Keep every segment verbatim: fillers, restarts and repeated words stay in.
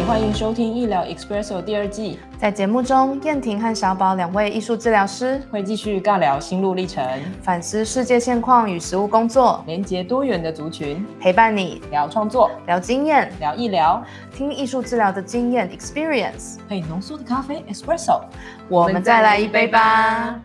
欢迎收听医疗 Espresso 第二季。 在节目中，燕婷和小宝两位艺术治疗师会继续尬聊心路历程， 反思世界现况与实务工作， 连结多元的族群， 陪伴你聊创作， 聊经验， 聊医疗， 听艺术治疗的经验 experience， 配浓缩的咖啡 Espresso。 我们再来一杯吧。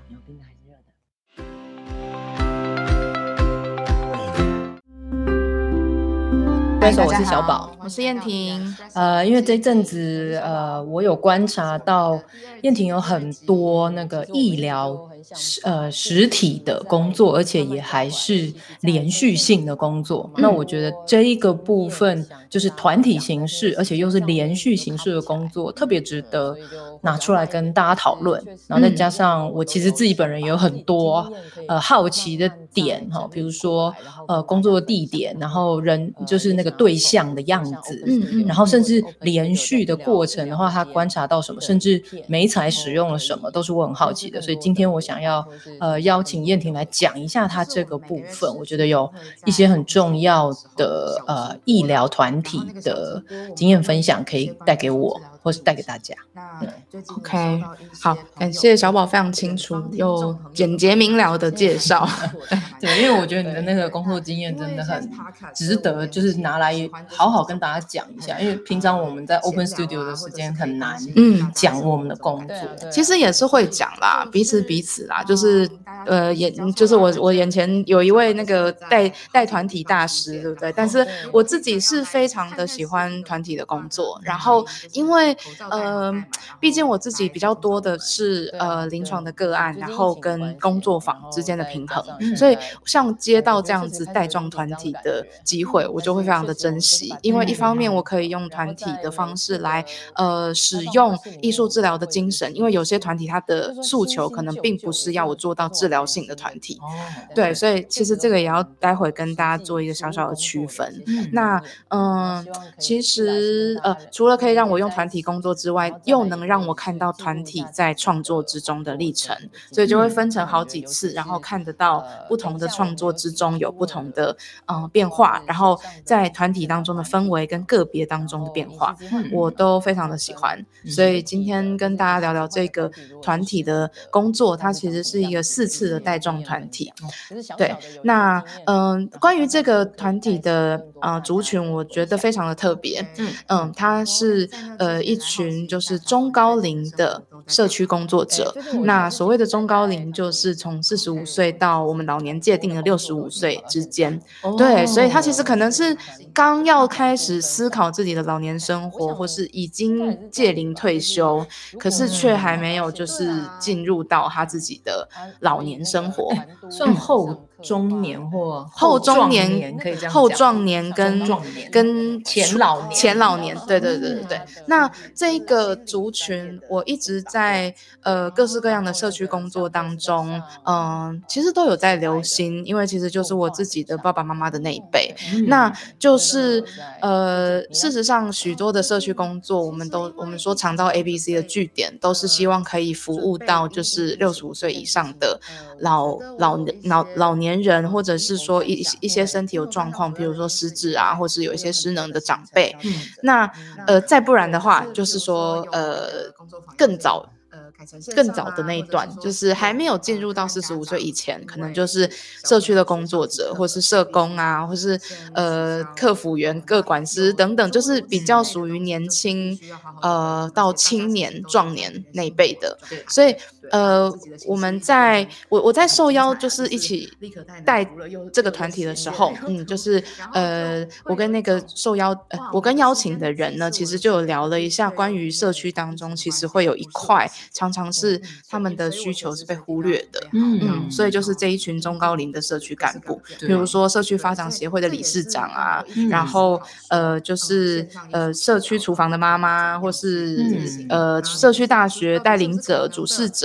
我是小宝， 我是燕婷。 呃，因为这阵子，呃，我有观察到燕婷有很多那个医疗呃实体的工作，而且也还是连续性的工作。嗯、那我觉得这一个部分就是团体形式，而且又是连续形式的工作，特别值得拿出来跟大家讨论。然后再加上我其实自己本人也有很多呃好奇的点哈，比如说呃工作的地点，然后人就是那个对象的样子，嗯嗯，然后甚至连续的过程的话，他观察到什么，甚至媒材使用了什么，都是我很好奇的。所以今天我想要呃邀请燕婷来讲一下她这个部分，我觉得有一些很重要的呃医疗团体的经验分享可以带给我，或是带给大家。 嗯、OK， 好，感谢小宝非常清楚又简洁明了的介绍。 对，因为我觉得你的那个工作经验真的很值得，就是拿来好好跟大家讲一下。因为平常我们在 Open Studio 的时间很难，嗯，讲我们的工作。 其实也是会讲啦，彼此彼此啦，就是呃，眼就是我我眼前有一位那个带带团体大师，对不对？但是我自己是非常的喜欢团体的工作，然后因为呃，毕竟我自己比较多的是呃临床的个案，然后跟工作坊之间的平衡，嗯、所以像接到这样子带状团体的机会，我就会非常的珍惜，因为一方面我可以用团体的方式来呃使用艺术治疗的精神，因为有些团体它的诉求可能并不是要我做到治疗性的团体，对，所以其实这个也要待会跟大家做一个小小的区分。嗯、那嗯，其实呃除了可以让我用团体工作之外，又能让我看到团体在创作之中的历程，所以就会分成好几次，然后看得到不同的创作之中有不同的呃变化，然后在团体当中的氛围跟个别当中的变化，我都非常的喜欢。所以今天跟大家聊聊这个团体的工作，它其实是一个四次的带状团体。对，那嗯、呃，关于这个团体的呃族群，我觉得非常的特别。嗯嗯，它是呃一群就是中高龄的社区工作者。那所谓的中高龄，就是从四十五岁到我们老年界定的六十五岁之间。对，所以他其实可能是刚要开始思考自己的老年生活，或是已经届龄退休，可是却还没有就是进入到他自己的老年生活， 算后中年或后中年，可以这样讲， 后壮年跟跟前老年， 前老年，对对对对对。那这个族群，我一直在呃各式各样的社区工作当中，嗯、呃，其实都有在留心，因为其实就是我自己的爸爸妈妈的那一辈，嗯、那就是呃，事实上许多的社区工作，我们都我们说长照 A B C 的据点，都是希望可以服务到就是六十五岁以上的老老老老年人，或者是说一一些身体有状况，比如说失智啊，或是有一些失能的长辈。嗯、那呃，再不然的话，就是说呃，更早。更早的那一段，就是还没有进入到四十五岁以前，可能就是社区的工作者，或是社工啊，或是呃客服员、个管师等等，就是比较属于年轻呃到青年、壮年那一辈的。所以呃，我们在我我在受邀就是一起带这个团体的时候，嗯，就是呃，我跟那个受邀，呃，我跟邀请的人呢，其实就有聊了一下关于社区当中，其实会有一块常常是他们的需求是被忽略的，嗯嗯，所以就是这一群中高龄的社区干部，比如说社区发展协会的理事长啊，然后呃，就是呃社区厨房的妈妈，或是、嗯、呃社区大学带领者、主事者。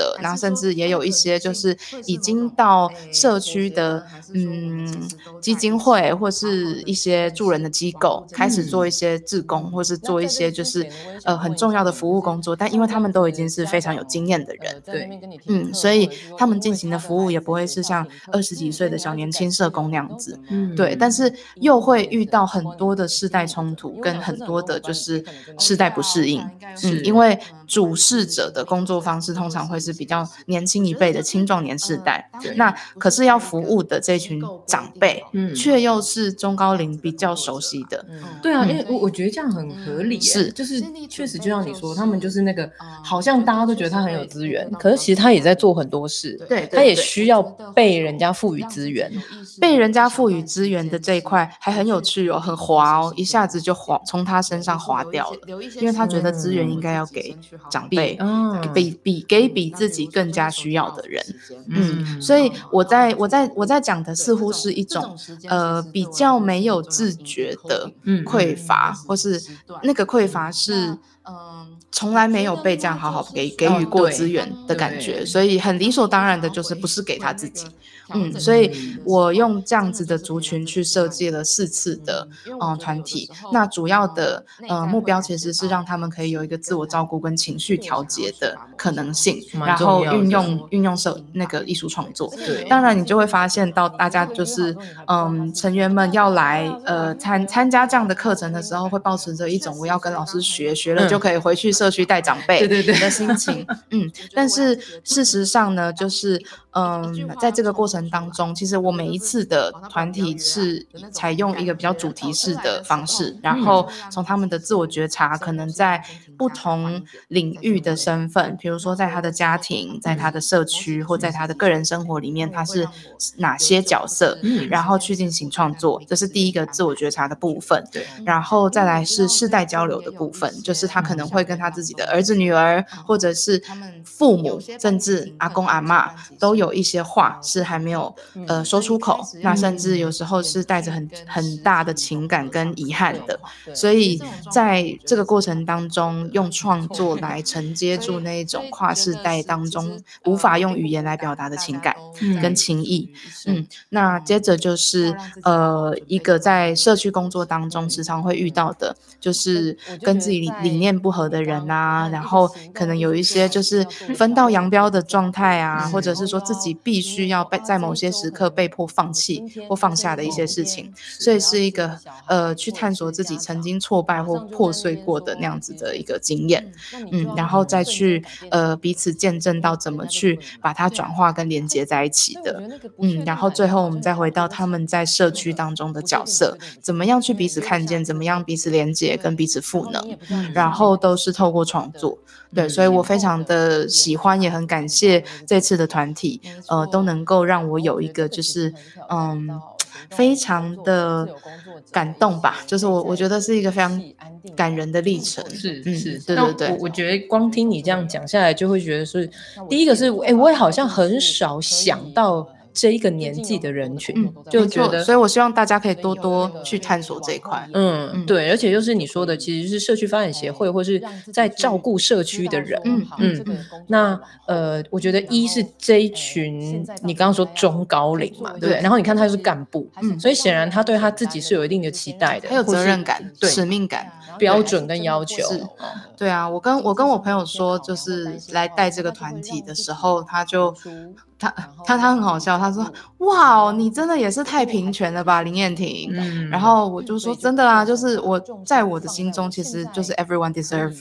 的，那甚至也有一些就是已经到社区的嗯基金会或是一些助人的机构开始做一些志工，或是做一些就是呃很重要的服务工作，但因为他们都已经是非常有经验的人， 对， 嗯，所以他们进行的服务也不会是像二十几岁的小年轻社工那样子， 嗯， 对，但是又会遇到很多的世代冲突，跟很多的就是世代不适应，嗯，因为主事者的工作方式通常会是比较年轻一辈的青壮年世代，那可是要服务的这群长辈， 嗯却又是中高龄比较熟悉的， 对啊，因为我我觉得这样很合理耶， 是就是确实就像你说，他们就是那个好像大家都觉得他很有资源，可是其实他也在做很多事， 对， 他也需要被人家赋予资源， 被人家赋予资源的这一块还很有趣哦，很滑哦，一下子就滑从他身上滑掉了，因为他觉得资源应该要给长辈， 嗯比比给比自己更加需要的人，嗯，所以我在我在我在讲的似乎是一种呃比较没有自觉的匮乏，或是那个匮乏是从来没有被这样好好给给予过资源的感觉，所以很理所当然的就是不是给他自己，嗯，所以我用这样子的族群去设计了四次的嗯团体，那主要的呃目标其实是让他们可以有一个自我照顾跟情绪调节的可能性，然后运用运用社那个艺术创作， 对， 当然你就会发现到大家就是嗯成员们要来呃参参加这样的课程的时候，会抱持着一种我要跟老师学，学了就可以回去社区带长辈的心情，嗯，但是事实上呢，就是嗯，在这个过程当中，其实我每一次的团体是采用一个比较主题式的方式，然后从他们的自我觉察，可能在不同领域的身份，比如说在他的家庭，在他的社区，或在他的个人生活里面，他是哪些角色，然后去进行创作，这是第一个自我觉察的部分。然后再来是世代交流的部分，就是他可能会跟他自己的儿子、女儿，或者是父母，甚至阿公阿嬷，都有一些话是还没有呃说出口，那甚至有时候是带着很很大的情感跟遗憾的，所以在这个过程当中，用创作来承接住那一种跨世代当中无法用语言来表达的情感跟情谊。嗯，那接着就是呃一个在社区工作当中时常会遇到的，就是跟自己理理念不合的人啊，然后可能有一些就是分道扬镳的状态啊，或者是说自己必须要被在某些时刻被迫放弃或放下的一些事情，所以是一个呃去探索自己曾经挫败或破碎过的那样子的一个经验，嗯，然后再去呃彼此见证到怎么去把它转化跟连接在一起的，嗯，然后最后我们再回到他们在社区当中的角色，怎么样去彼此看见，怎么样彼此连接跟彼此赋能，然后都是透过创作。对，所以我非常的喜欢，也很感谢这次的团体，呃，都能够让我有一个就是嗯，非常的感动吧，就是我我觉得是一个非常感人的历程。 是嗯是， 对对对我我觉得光听你这样讲下来，就会觉得是第一个是，哎，我也好像很少想到这一个年纪的人群， 嗯， 就觉得， 所以我希望大家可以多多去探索这一块。 嗯，嗯对，而且就是你说的，其实是社区发展协会或是在照顾社区的人， 嗯嗯，那呃，我觉得一是这一群，你刚刚说中高龄嘛，对不对？ 对然后你看他是干部，嗯，所以显然他对他自己是有一定的期待的， 还有责任或感、 对使命感。 标准跟要求， 是，对啊，我跟我跟我朋友说，就是来带这个团体的时候，他就他他他很好笑，他说：“哇，你真的也是太平权了吧，林燕婷。”嗯，然后我就说：“真的啊，就是我在我的心中，其实就是 everyone deserve。”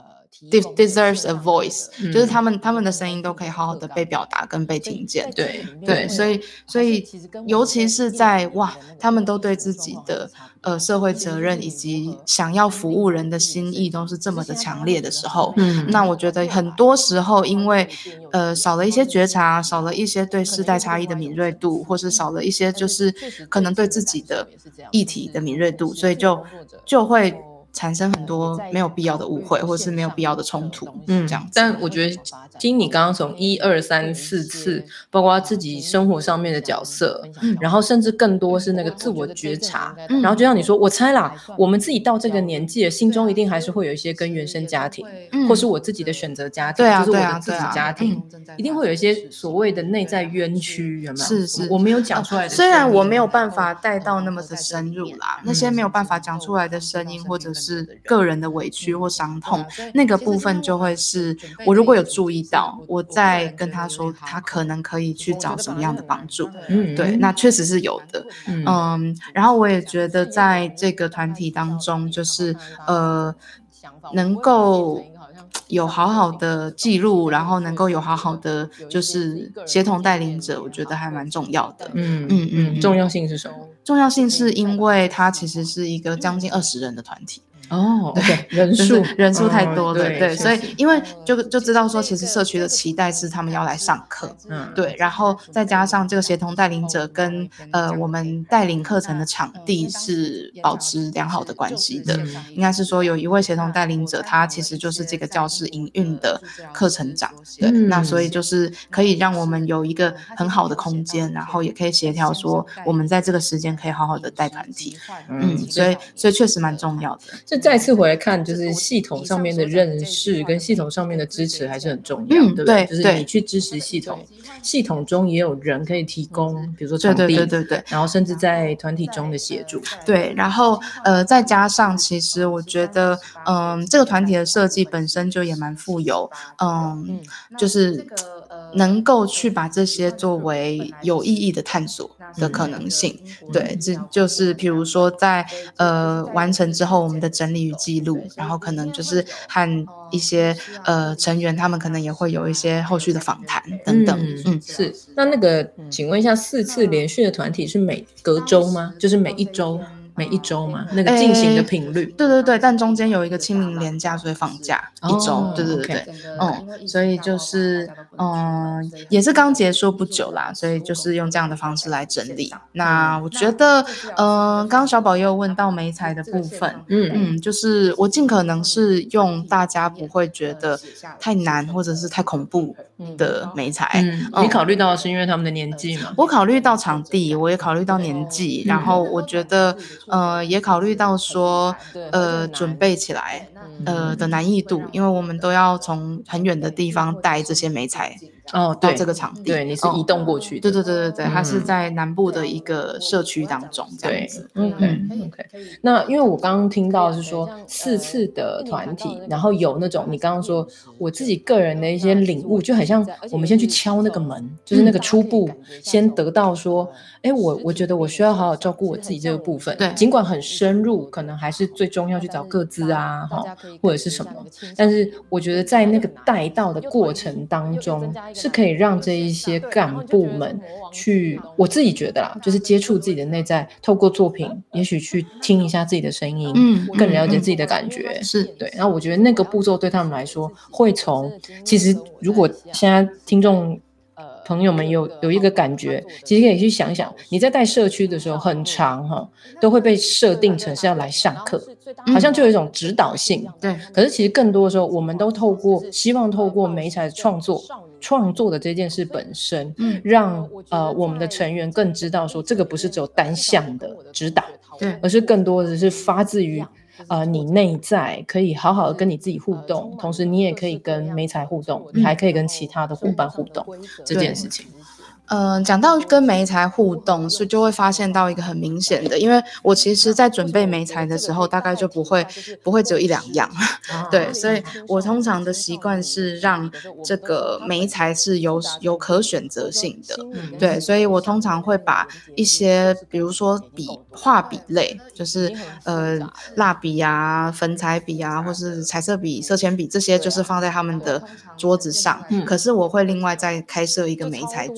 deserves a voice，嗯，就是他们他们的声音都可以好好的被表达跟被听见。 对对，所以所以尤其是在哇，他们都对自己的呃社会责任以及想要服务人的心意都是这么的强烈的时候，嗯，那我觉得很多时候因为呃少了一些觉察，少了一些对世代差异的敏锐度，或是少了一些就是可能对自己的议题的敏锐度，所以就就会产生很多没有必要的误会，或是没有必要的冲突。 嗯， 这样子。 但我觉得听你刚刚从一二三四次，包括自己生活上面的角色， 嗯然后甚至更多是那个自我觉察， 嗯然后就像你说，我猜啦，我们自己到这个年纪了，心中一定还是会有一些跟原生家庭， 嗯或是我自己的选择家庭， 对啊就是我的自己对啊对啊家庭， 嗯一定会有一些所谓的内在冤屈，有没有？ 是是我没有讲出来的声音、 虽然我没有办法带到那么的深入啦，那些没有办法讲出来的声音，或者是个人的委屈或伤痛，那个部分就会是我如果有注意到，我再跟他说，他可能可以去找什么样的帮助。 嗯， 对，那确实是有的。 嗯嗯，然后我也觉得在这个团体当中，就是呃，能够有好好的记录，然后能够有好好的就是协同带领者，我觉得还蛮重要的。 嗯嗯嗯嗯，重要性是什么？ 重要性是因为它其实是一个将近二十人的团体。 哦，OK，人就数是人数太多了， 哦对对，所以是因为就就知道说，其实社区的期待是他们要来上课， 嗯对，然后再加上这个协同带领者跟呃我们带领课程的场地是保持良好的关系的， 嗯应该是说有一位协同带领者，他其实就是这个教室营运的课程长，对， 嗯那所以就是可以让我们有一个很好的空间，然后也可以协调说我们在这个时间可以好好的带团体，嗯，所以所以确实蛮重要的。 就再次回来看，就是系统上面的认识跟系统上面的支持还是很重要， 嗯对不对？ 对对就是你去支持系统，系统中也有人可以提供，比如说场地， 对对对对对然后甚至在团体中的协助。 对，然后呃，再加上其实我觉得，嗯，这个团体的设计本身就也蛮富有，嗯，就是能够去把这些作为有意义的探索的可能性。对，这就是比如说在呃完成之后，我们的整理与记录，然后可能就是和一些呃成员，他们可能也会有一些后续的访谈等等。 嗯嗯， 是。那那个，请问一下，四次连续的团体是每隔周吗？就是每一周？每一周吗？那个进行的频率？ 对对对，但中间有一个清明连假，所以放假一周。 哦对对对对 OK 嗯，所以就是嗯，也是刚结束不久啦，所以就是用这样的方式来整理。那我觉得，嗯、呃，刚刚小宝也有问到媒材的部分， 嗯嗯，就是我尽可能是用大家不会觉得太难或者是太恐怖的媒材。 嗯，你考虑到的是因为他们的年纪吗？ 我考虑到场地，我也考虑到年纪，然后我觉得，呃，也考虑到说，呃，准备起来，呃的难易度，因为我们都要从很远的地方带这些媒材哦， 到对， 这个场地。 对，你是移动过去的。 对对对对对，它是嗯在南部的一个社区当中，这样对子。 ，OK 嗯 OK。那因为我刚刚听到是说四次的团体，然后有那种你刚刚说我自己个人的一些领悟，就很像我们先去敲那个门，就是那个初步先得到说，哎，我我觉得我需要好好照顾我自己这个部分， 对尽管很深入，可能还是最终要去找各自啊，哈，或者是什么，但是我觉得在那个带到的过程当中，是可以让这一些干部们去，我自己觉得啦，就是接触自己的内在，透过作品，也许去听一下自己的声音， 嗯更了解自己的感觉， 是对。然后我觉得那个步骤对他们来说，会从其实如果现在听众朋友们有有一个感觉，其实可以去想想，你在带社区的时候，很长哈、哦，都会被设定成是要来上课，好像就有一种指导性。 对， 可是其实更多的时候，我们都透过希望透过媒材创作。创作的这件事本身， 嗯让呃我们的成员更知道说，这个不是只有单向的指导， 对而是更多的是发自于呃你内在可以好好的跟你自己互动，同时你也可以跟媒材互动，你还可以跟其他的伙伴互动这件事情。 嗯、呃，讲到跟媒材互动，是就会发现到一个很明显的，因为我其实在准备媒材的时候，大概就不会不会只有一两样，对，所以我通常的习惯是让这个媒材是有有可选择性的，对，所以我通常会把一些比如说笔画笔类，就是呃蜡笔啊、粉彩笔啊，或是彩色笔、色铅笔这些，就是放在他们的桌子上， 嗯可是我会另外再开设一个媒材桌。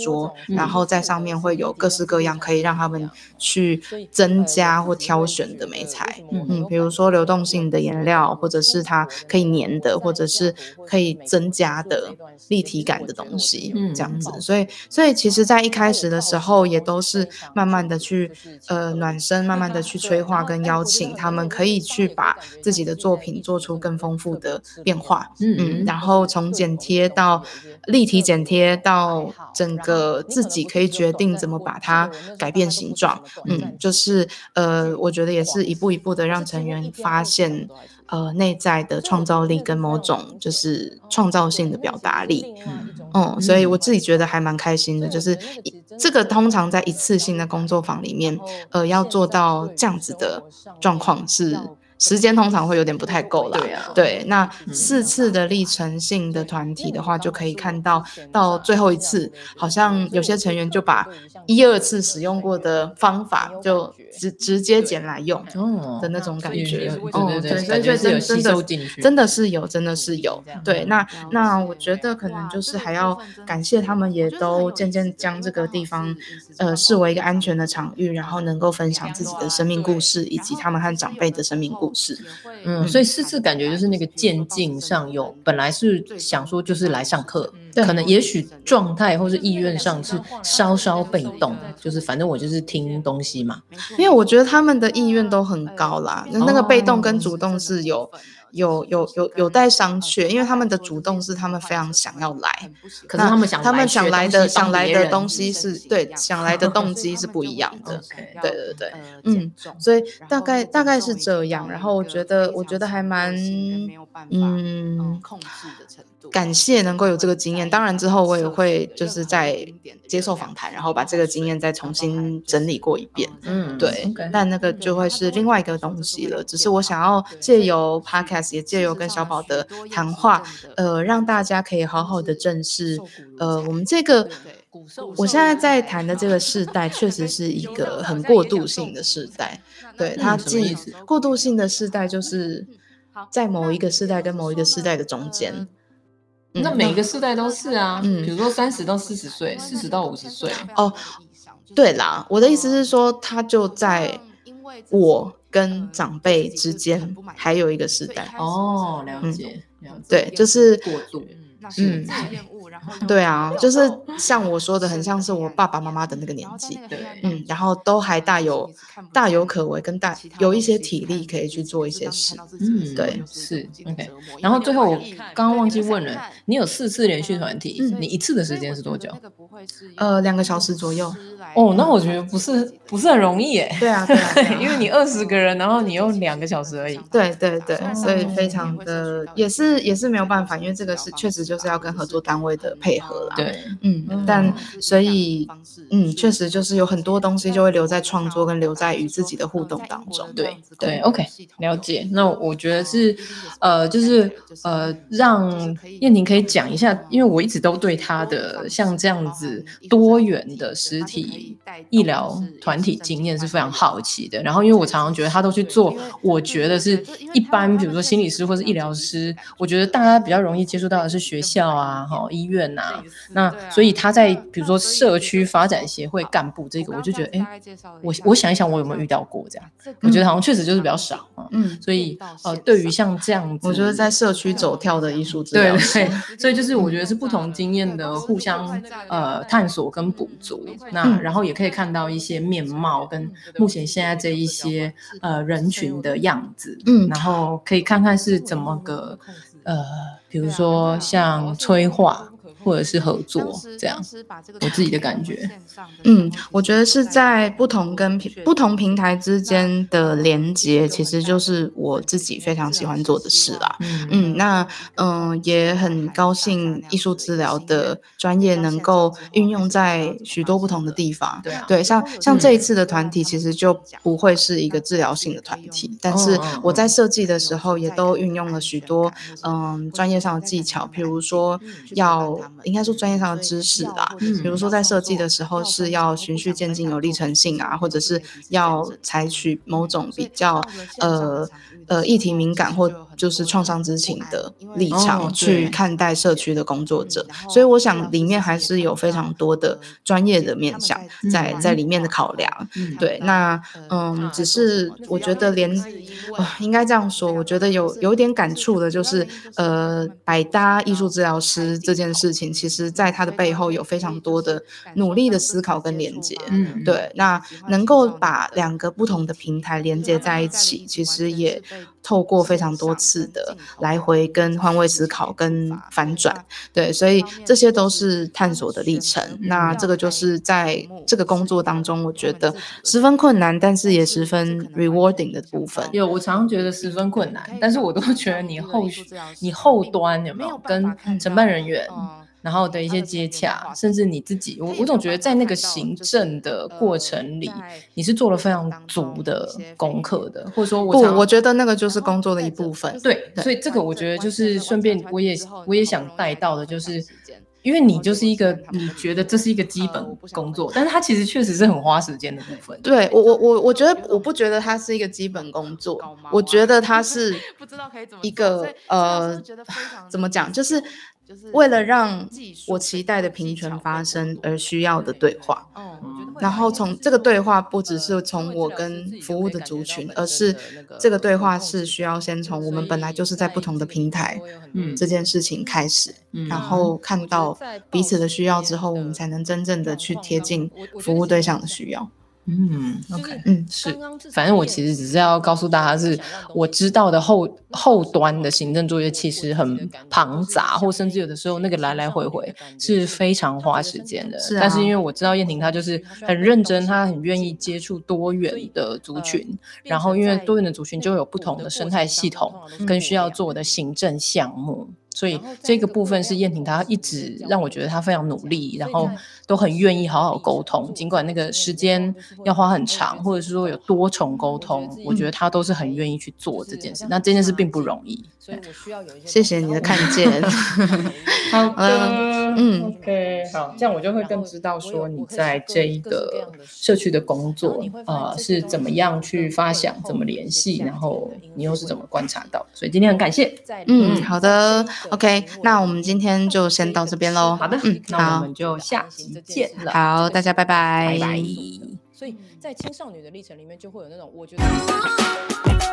然后在上面会有各式各样可以让他们去增加或挑选的媒材，嗯，比如说流动性的颜料，或者是它可以粘的，或者是可以增加的立体感的东西，嗯，这样子。所以，所以其实在一开始的时候，也都是慢慢的去呃暖身，慢慢的去催化跟邀请他们，可以去把自己的作品做出更丰富的变化，嗯嗯，然后从剪贴到立体剪贴到整个自己可以决定怎么把它改变形状，嗯，就是呃，我觉得也是一步一步的让成员发现呃内在的创造力跟某种就是创造性的表达力，嗯嗯，所以我自己觉得还蛮开心的，就是这个通常在一次性的工作坊里面，呃，要做到这样子的状况是。时间通常会有点不太够啦， 对啊， 对，那四次的历程性的团体的话，就可以看到到最后一次，好像有些成员就把一二次使用过的方法就直直接捡来用的那种感觉， 哦，对对对，感觉是有吸收进去， 真的是有，真的是有，对，那那我觉得可能就是还要感谢他们，也都渐渐将这个地方呃视为一个安全的场域，然后能够分享自己的生命故事，以及他们和长辈的生命故事。 嗯，所以四次感觉就是那个渐进上有，本来是想说就是来上课，可能也许状态或是意愿上是稍稍被动，就是反正我就是听东西嘛。 因为我觉得他们的意愿都很高啦，那个被动跟主动是有。有有有有待商榷，因为他们的主动是他们非常想要来， 可是他们想他们想来的想来的东西是对想来的动机是不一样的，对对对，嗯，所以大概大概是这样。然后我觉得我觉得还蛮嗯感谢能够有这个经验。当然之后我也会就是在接受访谈，然后把这个经验再重新整理过一遍，嗯，对，但那个就会是另外一个东西了。只是我想要借由 podcast 也借由跟小宝的谈话，呃，让大家可以好好的正视，呃，我们这个我现在在谈的这个世代，确实是一个很过渡性的世代。对，它进过渡性的世代，就是在某一个世代跟某一个世代的中间。 那每一个世代都是啊，嗯，比如说三十到四十岁，四十到五十岁。 哦，对啦，我的意思是说，它就在我跟长辈之间还有一个世代。 哦，了解，嗯、了解， 对，就是过渡。 嗯，对啊，就是像我说的，很像是我爸爸妈妈的那个年纪， 对， 嗯，然后都还大有大有可为，跟大有一些体力可以去做一些事，嗯，对， 是 OK。然后最后我刚刚忘记问了，你有四次连续团体，嗯、你一次的时间是多久？ 呃，两个小时左右。 哦，那我觉得不是不是很容易耶。 对啊，对啊，对啊因为你二十个人，然后你用两个小时而已。 对对对，所以非常的也是也是没有办法，因为这个是确实就是要跟合作单位的配合啦。 对， 嗯，但所以嗯，确实就是有很多东西就会留在创作跟留在与自己的互动当中。 对对 ，OK， 了解。那我觉得是呃，就是呃，让燕婷可以讲一下，因为我一直都对她的像这样子多元的实体医疗团体经验是非常好奇的。然后，因为我常常觉得她都去做，我觉得是一般，比如说心理师或是医疗师，我觉得大家比较容易接触到的是学校啊、哈医院啊。那所以他在比如说社区发展协会干部这个，我就觉得，哎，我我想一想，我有没有遇到过这样？我觉得好像确实就是比较少啊。嗯，所以呃，对于像这样子， 我觉得在社区走跳的艺术治疗师， 对对，所以就是我觉得是不同经验的互相呃探索跟补足。那然后也可以看到一些面貌跟目前现在这一些呃人群的样子，嗯，然后可以看看是怎么个呃，比如说像催化。或者是合作这样，我自己的感觉， 嗯，我觉得是在不同跟不同平台之间的连接，其实就是我自己非常喜欢做的事啦。嗯, 嗯那嗯、呃、也很高兴艺术治疗的专业能够运用在许多不同的地方。 对、啊、 对，像像这一次的团体其实就不会是一个治疗性的团体，但是我在设计的时候也都运用了许多嗯专业上的技巧，比如说要。应该说专业上的知识啦，嗯、比如说在设计的时候是要循序渐进有历程性啊，或者是要采取某种比较呃呃议题敏感或就是创伤知情的立场、 哦、 去看待社区的工作者，所以我想里面还是有非常多的专业的面向在、嗯、在里面的考量。嗯、对，那嗯，只是我觉得连、呃、应该这样说，我觉得有有点感触的就是呃，百搭艺术治疗师这件事情，其实在它的背后有非常多的努力的思考跟连接。嗯，对，那能够把两个不同的平台连接在一起，其实也透过非常多次的来回跟换位思考跟反转，对，所以这些都是探索的历程。那这个就是在这个工作当中，我觉得十分困难，但是也十分 rewarding 的部分。 有，我常常觉得十分困难，但是我都觉得你后续、你后端有没有跟承办人员，然后的一些接洽，甚至你自己，我我总觉得在那个行政的过程里，你是做了非常足的功课的，或者说我不，我觉得那个就是工作的一部分。 对，对，所以这个我觉得就是顺便，我也我也想带到的，就是因为你就是一个你觉得这是一个基本工作，但是它其实确实是很花时间的部分。 对，我我我我觉得我不觉得它是一个基本工作，我觉得它是一个呃怎么讲，就是为了让我期待的平权发生而需要的对话。然后从这个对话不只是从我跟服务的族群，而是这个对话是需要先从我们本来就是在不同的平台、嗯、这件事情开始、嗯、然后看到彼此的需要之后，我们才能真正的去贴近服务对象的需要。 嗯 OK 嗯是，反正我其实只是要告诉大家，是我知道的后后端的行政作业其实很庞杂，或甚至有的时候那个来来回回是非常花时间的。是、啊、但是因为我知道燕婷她就是很认真，她很愿意接触多元的族群，然后因为多元的族群就有不同的生态系统跟需要做的行政项目，所以这个部分是燕婷她一直让我觉得她非常努力，然后都很愿意好好沟通，尽管那个时间要花很长，或者是说有多重沟通，我觉得她都是很愿意去做这件事。那这件事并不容易，所以我需要有一些谢谢你的看见。 好的，嗯 OK 好，这样我就会更知道说你在这一个社区的工作呃是怎么样去发想，怎么联系，然后你又是怎么观察到，所以今天很感谢。 嗯，好的 OK， 那我们今天就先到这边咯。 好的，嗯，那我们就下集见了。 好，大家拜拜拜拜。所以在青少女的历程里面就会有那种我觉得